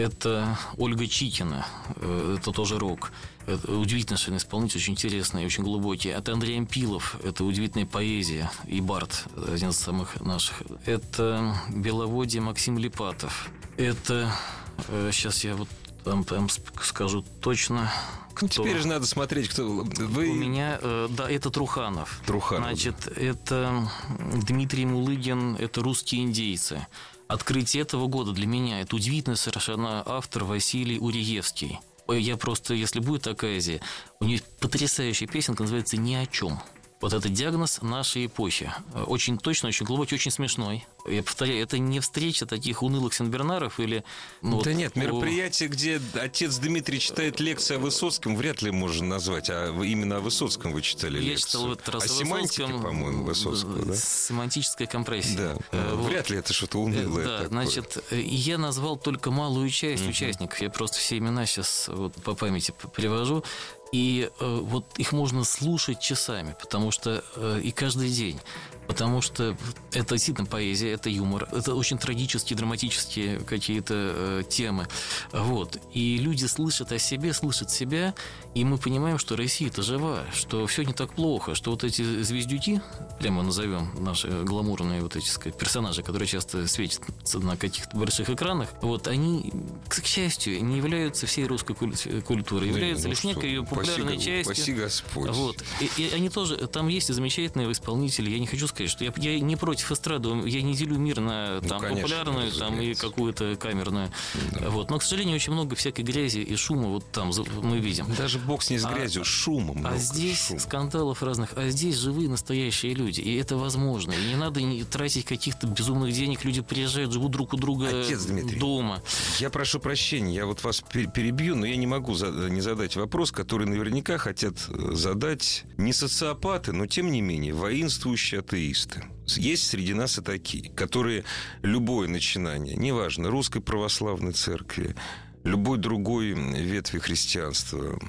Это Ольга Чикина, э, это тоже рок. Это удивительный исполнитель, очень интересный, очень глубокий. Это Андрей Ампилов, это удивительная поэзия и бард, один из самых наших. Это Беловодье Максим Липатов. Это, э, сейчас я вот там, там скажу точно. Ну, кто. теперь же надо смотреть, кто... Вы... У меня, э, да, это Труханов. Труханов, Значит, это Дмитрий Мулыгин, это «Русские индейцы». Открытие этого года для меня – это удивительный совершенно автор Василий Уриевский. Ой, я просто, если будет оказия, у него потрясающая песенка, называется «Ни о чем». Вот это диагноз нашей эпохи. Очень точно, очень глубокий, очень смешной. Я повторяю, это не встреча таких унылых сенбернаров или... Ну, Да вот, нет, о- мероприятие, где отец Дмитрий читает лекции о Высоцком, вряд ли можно назвать, а вы- именно о Высоцком вы читали Я лекцию. читал в этот раз о о семантике, Высоцком, по-моему, Высоцкого, да? Семантическая компрессия. Да, Э, вот. вряд ли это что-то Э, унылое Да, такое. значит, э, я назвал только малую часть участников. Я просто все имена сейчас вот по памяти п- привожу. И э, вот их можно слушать часами, потому что э, и каждый день. Потому что это действительно поэзия, это юмор, это очень трагические, драматические какие-то э, темы. Вот. И люди слышат о себе, слышат себя, и мы понимаем, что Россия-то жива, что все не так плохо, что вот эти звездюки, прямо назовем наши гламурные вот эти, сказать, персонажи, которые часто светятся на каких-то больших экранах, вот они, к счастью, не являются всей русской куль- культурой, являются Ну лишь что, некой ее популярной упаси- частью. упаси Господь. Вот. И, и они тоже, там есть и замечательные исполнители. Я не хочу сказать, что я, я не против эстрады, я не делю мир на там, конечно, популярную там, и разумеется. какую-то камерную. Вот. Но, к сожалению, очень много всякой грязи и шума вот там за- мы видим. Даже бог с ней с А- грязью, шумом. А много, здесь шум. скандалов разных, а здесь живые настоящие люди. И это возможно. И не надо не тратить каких-то безумных денег. Люди приезжают, живут друг у друга Отец Дмитрий. дома. Я прошу прощения, я вот вас пер- перебью, но я не могу за- не задать вопрос, который наверняка хотят э, задать не социопаты, но тем не менее воинствующие атеисты. Есть среди нас и такие, которые любое начинание, неважно, Русской Православной Церкви, любой другой ветви христианства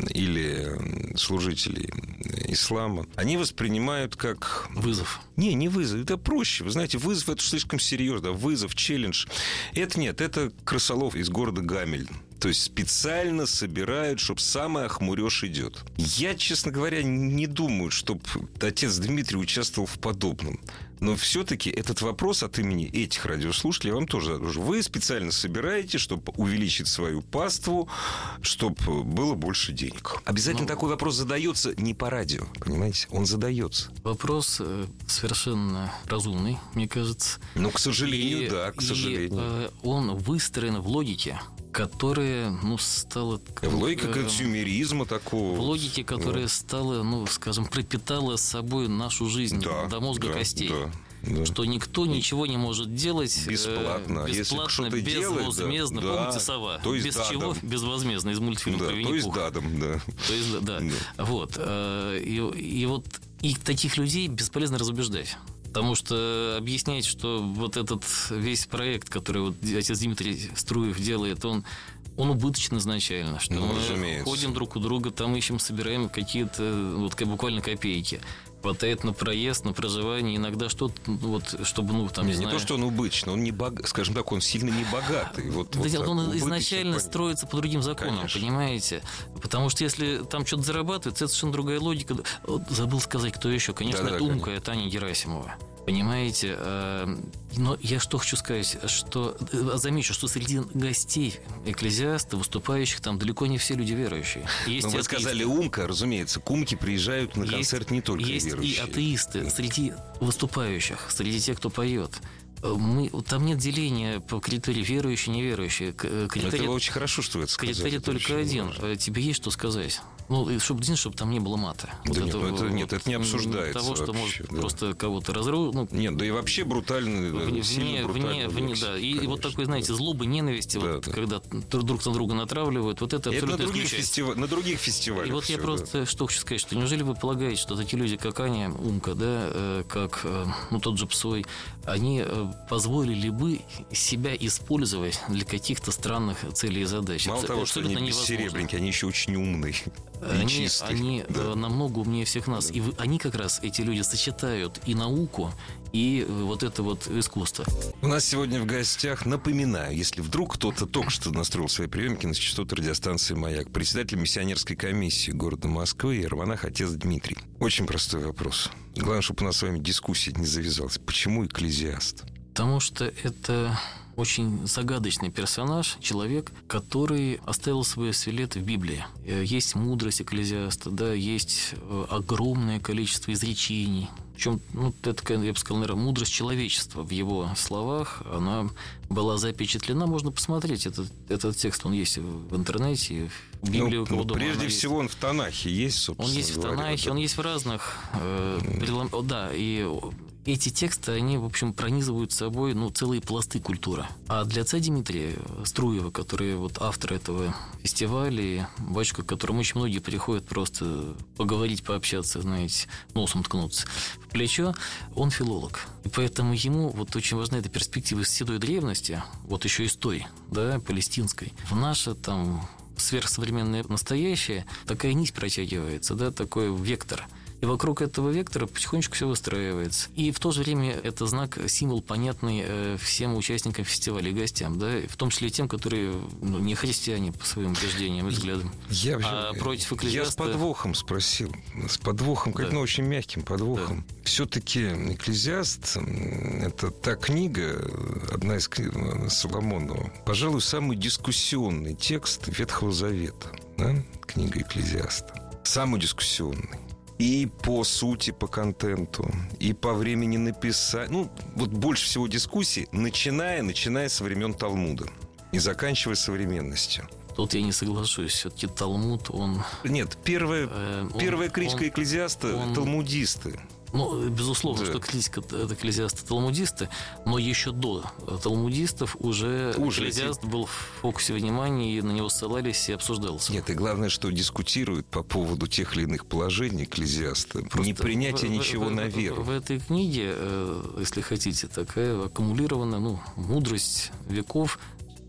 или служителей ислама, они воспринимают как... Вызов. Не, не вызов, это проще. Вы знаете, вызов – это слишком серьезно. Вызов, челлендж. Это нет, это крысолов из города Гамель. То есть специально собирают, чтобы самый охмурёж идет. Я, честно говоря, не думаю, чтобы отец Дмитрий участвовал в подобном. Но все-таки этот вопрос от имени этих радиослушателей я вам тоже задаю. Вы специально собираете, чтобы увеличить свою паству, чтобы было больше денег. Обязательно ну, такой вопрос задается не по радио, понимаете? Он задается. Вопрос совершенно разумный, мне кажется. Ну, к сожалению, и, да, к сожалению. И, э, он выстроен в логике, которая, ну, стала... В логике консюмеризма такого. В логике, которая да. стала, ну, скажем, пропитала собой нашу жизнь да, до мозга да, костей. Да. Да. Что никто ничего не может делать бесплатно, э, бесплатно безвозмездно. Делать, да, помните, да, сова? То есть без дадом. чего безвозмездно из мультфильма да, про Винни-Пуха. То есть дадом, да. То есть, да. да. Вот. И, и вот и таких людей бесполезно разубеждать. Потому что объяснять, что вот этот весь проект, который вот отец Дмитрий Струев делает, он Он убыточен изначально, что ну, мы разумеется. ходим друг у друга, там ищем, собираем какие-то вот буквально копейки. Хватает на проезд, на проживание, иногда что-то, вот, чтобы, ну, там, не, не, не знаю... то, что он убыточный, он не бог... скажем так, он сильно не богатый. Вот, да, вот он убыточный, изначально понятно. строится по другим законам, Конечно. понимаете? Потому что если там что-то зарабатывает, это совершенно другая логика. Вот, забыл сказать, кто еще. Конечно, да, это да, Умка, это Таня Герасимова. Понимаете? Но я что хочу сказать, что замечу, что среди гостей экклезиаста, выступающих, там далеко не все люди верующие. Есть вы сказали Умка, разумеется, к Умке приезжают на концерт не только есть верующие. Есть и атеисты среди выступающих, среди тех, кто поет. Мы, там нет деления по критерию верующие, неверующие. Критерий, это очень хорошо, что вы это сказали. Критерий это только один. Важно. Тебе есть что сказать? Ну, чтобы, чтобы там не было мата. Да вот нет, это, это, вот, нет, это не обсуждается. Того, что вообще, может да. просто кого-то разрушить. Ну, нет, да и вообще брутально. Вне, вне, вне, вне, да. И, и вот такой, знаете, да. злобы, ненависти, да, вот, да. когда друг на друга натравливают, вот это абсолютно это на других, фестив... на других фестивалях. И вот все, я просто да. что хочу сказать, что неужели вы полагаете, что такие люди, как Аня, Умка, да, э, как э, ну, тот же Псой, они э, позволили бы себя использовать для каких-то странных целей и задач? Мало это того, что они бессеребренники, они еще очень умные. Они, они да. намного умнее всех нас. Да. И вы, они как раз, эти люди, сочетают и науку, и вот это вот искусство. У нас сегодня в гостях, напоминаю, если вдруг кто-то только что настроил свои приемники на частоты радиостанции «Маяк», председатель миссионерской комиссии города Москвы, иеромонах отец Дмитрий. Очень простой вопрос. Главное, чтобы у нас с вами дискуссия не завязалась. Почему экклезиаст? Потому что это... очень загадочный персонаж, человек, который оставил свой след в Библии. Есть мудрость экклезиаста, да, есть огромное количество изречений. Причем, ну, это, я бы сказал, наверное, мудрость человечества в его словах, она была запечатлена. Можно посмотреть этот, этот текст, он есть в интернете, в Библии, ну, у кого ну, дома. Прежде всего, он в Танахе есть, собственно Он есть в говоря, Танахе, да. он есть в разных... Э, mm. Да, и... Эти тексты, они, в общем, пронизывают собой, ну, целые пласты культуры. А для отца Дмитрия Струева, который вот автор этого фестиваля, и батюшка, к которому очень многие приходят просто поговорить, пообщаться, знаете, носом ткнуться в плечо, он филолог. И поэтому ему вот очень важна эта перспектива из седой древности, вот еще из той, да, палестинской, в наше там сверхсовременное настоящее такая нить протягивается, да, такой вектор. И вокруг этого вектора потихонечку все выстраивается. И в то же время это знак, символ, понятный э, всем участникам фестиваля и гостям, да, в том числе и тем, которые ну, не христиане по своим убеждениям и взглядам. Я, а против экклезиаста... Я с подвохом спросил. С подвохом, как, да. ну, очень мягким подвохом. Да. Все-таки «Экклезиаст» — это та книга, одна из книг Соломонова, пожалуй, самый дискуссионный текст Ветхого Завета. Да? Книга «Экклезиаста». Самый дискуссионный. И по сути, по контенту, и по времени написания. Ну, вот больше всего дискуссий, начиная, начиная со времен Талмуда и заканчивая современностью. Тут я не соглашусь. Все-таки Талмуд, он... Нет, первая, э, он, первая критика он, экклезиаста он, талмудисты. Ну, безусловно, да. что критика это экклезиаста талмудисты, но еще до талмудистов уже, уже экклезиаст эти... был в фокусе внимания, и на него ссылались и обсуждался. Нет, и главное, что дискутируют по поводу тех или иных положений экклезиаста. Просто не принятие в, ничего в, на веру. В, в этой книге, если хотите, такая аккумулированная ну, мудрость веков,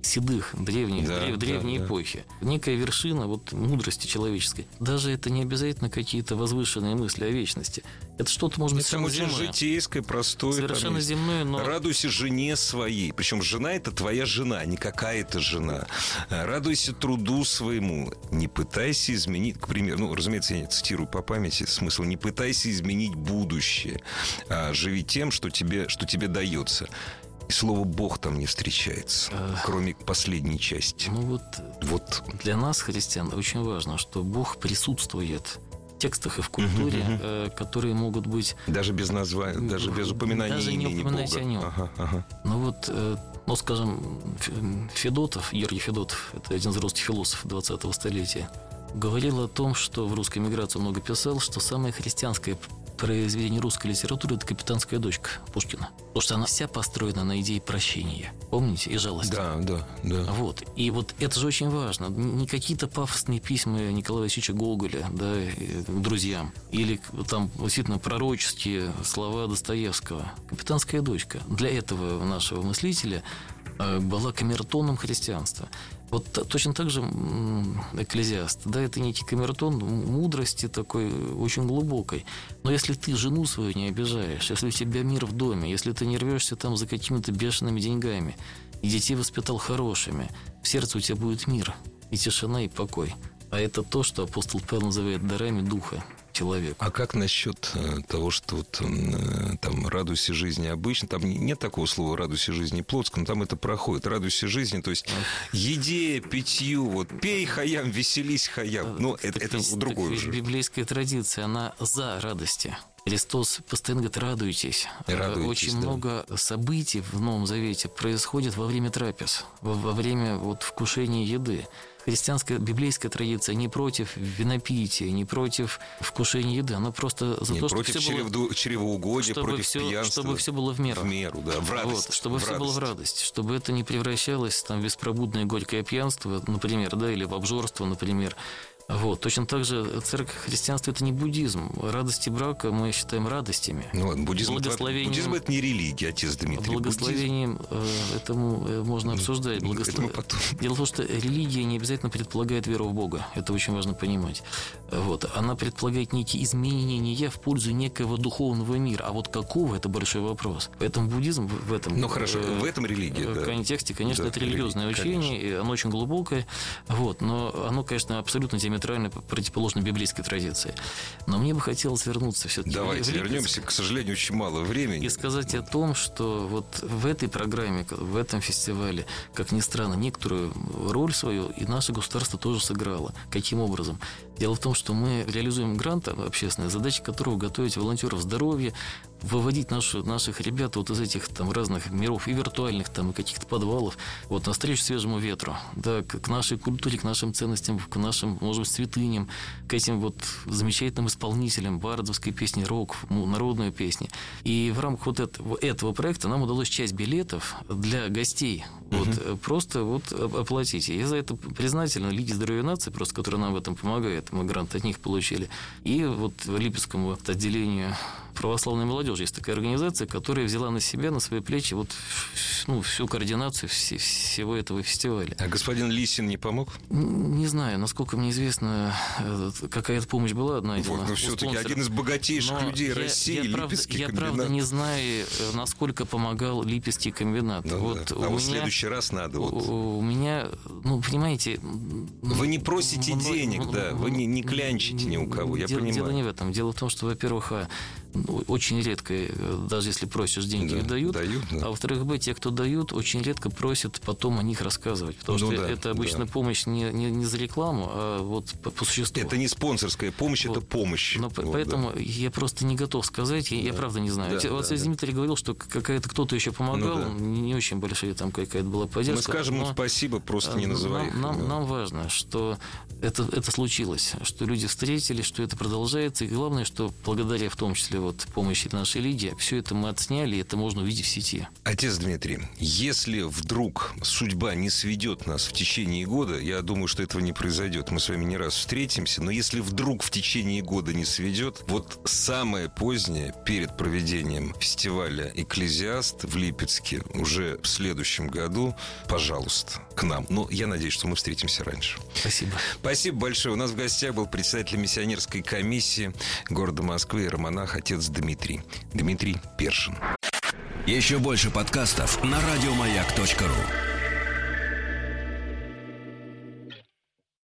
седых, древних, Да, древ- древней да, да. эпохи. Некая вершина вот мудрости человеческой. Даже это не обязательно какие-то возвышенные мысли о вечности. Это что-то, может быть, Это очень совершенно земное. житейское, простое. Совершенно там есть. земное, но... Радуйся жене своей. Причем жена — это твоя жена, не какая-то жена. Радуйся труду своему. Не пытайся изменить, к примеру, ну, разумеется, я цитирую по памяти смысл, не пытайся изменить будущее, а живи тем, что тебе, что тебе дается. И слово «Бог» там не встречается, Эх. кроме последней части. Ну вот Вот. для нас, христиан, очень важно, что Бог присутствует в текстах и в культуре, Мгм, мгм. э, которые могут быть... Даже без названия, даже без упоминания Даже не имени упоминать Бога. о нем. Ага, ага. Ну вот, э, ну, скажем, Ф- Федотов, Георгий Федотов, это один из русских философов двадцатого столетия, говорил о том, что в русской миграции много писал, что самое христианское произведение русской литературы — это «Капитанская дочка» Пушкина. Потому что она вся построена на идее прощения. Помните? И жалости. Да, да, да. Вот. И вот это же очень важно. Не какие-то пафосные письма Николая Васильевича Гоголя, да, и к друзьям. Или там действительно пророческие слова Достоевского. «Капитанская дочка» для этого нашего мыслителя э, была камертоном христианства. Вот т- точно так же м, «Экклезиаст». Да, это некий камертон мудрости такой очень глубокой. Но если ты жену свою не обижаешь, если у тебя мир в доме, если ты не рвешься там за какими-то бешеными деньгами, и детей воспитал хорошими, в сердце у тебя будет мир, и тишина, и покой. А это то, что апостол Павел называет дарами духа человеку. А как насчет э, того, что вот, э, там «радуйся жизни» обычно, там не- нет такого слова «радуйся жизни» плотском, там это проходит. «Радуйся жизни», то есть еде, питью, вот пей, хаям, веселись, хаям. Ну, это, Так это ведь- другое так ведь уже. библейская традиция, она за радости. Христос постоянно говорит: радуйтесь. Радуйтесь, Очень да. много событий в Новом Завете происходит во время трапез, во, во время вот вкушения еды. Христианская, библейская традиция не против винопития, не против вкушения еды. Она просто за Не то, против чтобы все было, чревду- чревоугодия, чтобы против все, пьянства. чтобы все было в меру. В меру, да, в радость. Вот, чтобы в все было в радость, чтобы это не превращалось там, в беспробудное горькое пьянство, например, да, или в обжорство, например. Вот. Точно так же церковь христианства — это не буддизм. Радости брака мы считаем радостями. Ну ладно, буддизм, Благословением- буддизм это не религия, отец Дмитрий. Благословением э, этому э, можно обсуждать. Ну, Благослов- это мы потом. Дело в том, что религия не обязательно предполагает веру в Бога. Это очень важно понимать. Вот. Она предполагает некие изменения в пользу некого духовного мира. А вот какого — это большой вопрос. Поэтому буддизм в в этом, Ну хорошо, э, в этом религия, да. контексте, конечно, Да, это религиозное религия, учение, и оно очень глубокое, вот, но оно, конечно, абсолютно диаметрально противоположно библейской традиции. Но мне бы хотелось вернуться все-таки Давайте в Липецк вернемся. К сожалению, очень мало времени. и сказать о том, что вот в этой программе, в этом фестивале, как ни странно, некоторую роль свою и наше государство тоже сыграло. Каким образом? Дело в том, что мы реализуем грант общественный, задача которого готовить волонтеров здоровья, выводить наши, наших ребят вот из этих там разных миров, и виртуальных, там, и каких-то подвалов, вот навстречу свежему ветру, да, к, к нашей культуре, к нашим ценностям, к нашим, может быть, святыням, к этим вот замечательным исполнителям бардовской песни, рок, ну, народной песни. И в рамках вот этого, этого проекта нам удалось часть билетов для гостей вот, uh-huh. просто вот оплатить. И я за это признателен Лиге здоровья нации, просто, которая нам в этом помогает. Мы грант от них получили. И вот в Липецкому вот отделению православной молодежи есть такая организация, которая взяла на себя, на свои плечи вот, ну, всю координацию вс- всего этого фестиваля. А господин Лисин не помог? Не знаю, насколько мне известно, какая-то помощь была найдена. Вот, но все-таки один из богатейших Но людей я, России, я Липецкий правда, комбинат. Я правда не знаю, насколько помогал Липецкий комбинат. Ну, вот да. у А вот в меня, следующий раз надо. У, Вот. у меня, ну, понимаете... Вы не просите м- денег, м- да, вы не, не клянчите ни у кого, я дело, понимаю. Дело не в этом. Дело в том, что, во-первых, а, ну, очень редко, даже если просишь, деньги Да, не дают. дают, да. А во-вторых, б, те, кто дают, очень редко просят потом о них рассказывать. Потому Ну что да, это обычно да. помощь не, не, не за рекламу, а вот по, по существу. Это не спонсорская помощь, Вот. это помощь. Но Вот, по- поэтому я просто не готов сказать, я, я правда не знаю. Да, вот да, здесь да. Дмитрий говорил, что какая-то кто-то еще помогал, Ну да. не очень большая там какая-то была да. поддержка. Мы скажем им но- спасибо, просто не называя их. нам, нам, да. нам важно, что это, это случилось, что люди встретились, что это продолжается, и главное, что благодаря в том числе вот помощи нашей лиги, все это мы отсняли, и это можно увидеть в сети. Отец Дмитрий, если вдруг судьба не сведет нас в течение года, я думаю, что этого не произойдет, мы с вами не раз встретимся, но если вдруг в течение года не сведет, вот самое позднее перед проведением фестиваля «Экклезиаст» в Липецке уже в следующем году, пожалуйста, к нам. Но я надеюсь, что мы встретимся раньше. Спасибо. Спасибо большое. У нас в гостях был председатель миссионерской комиссии города Москвы, иеромонах отец Дмитрий. Дмитрий Першин. Еще больше подкастов на радиомаяк точка ру.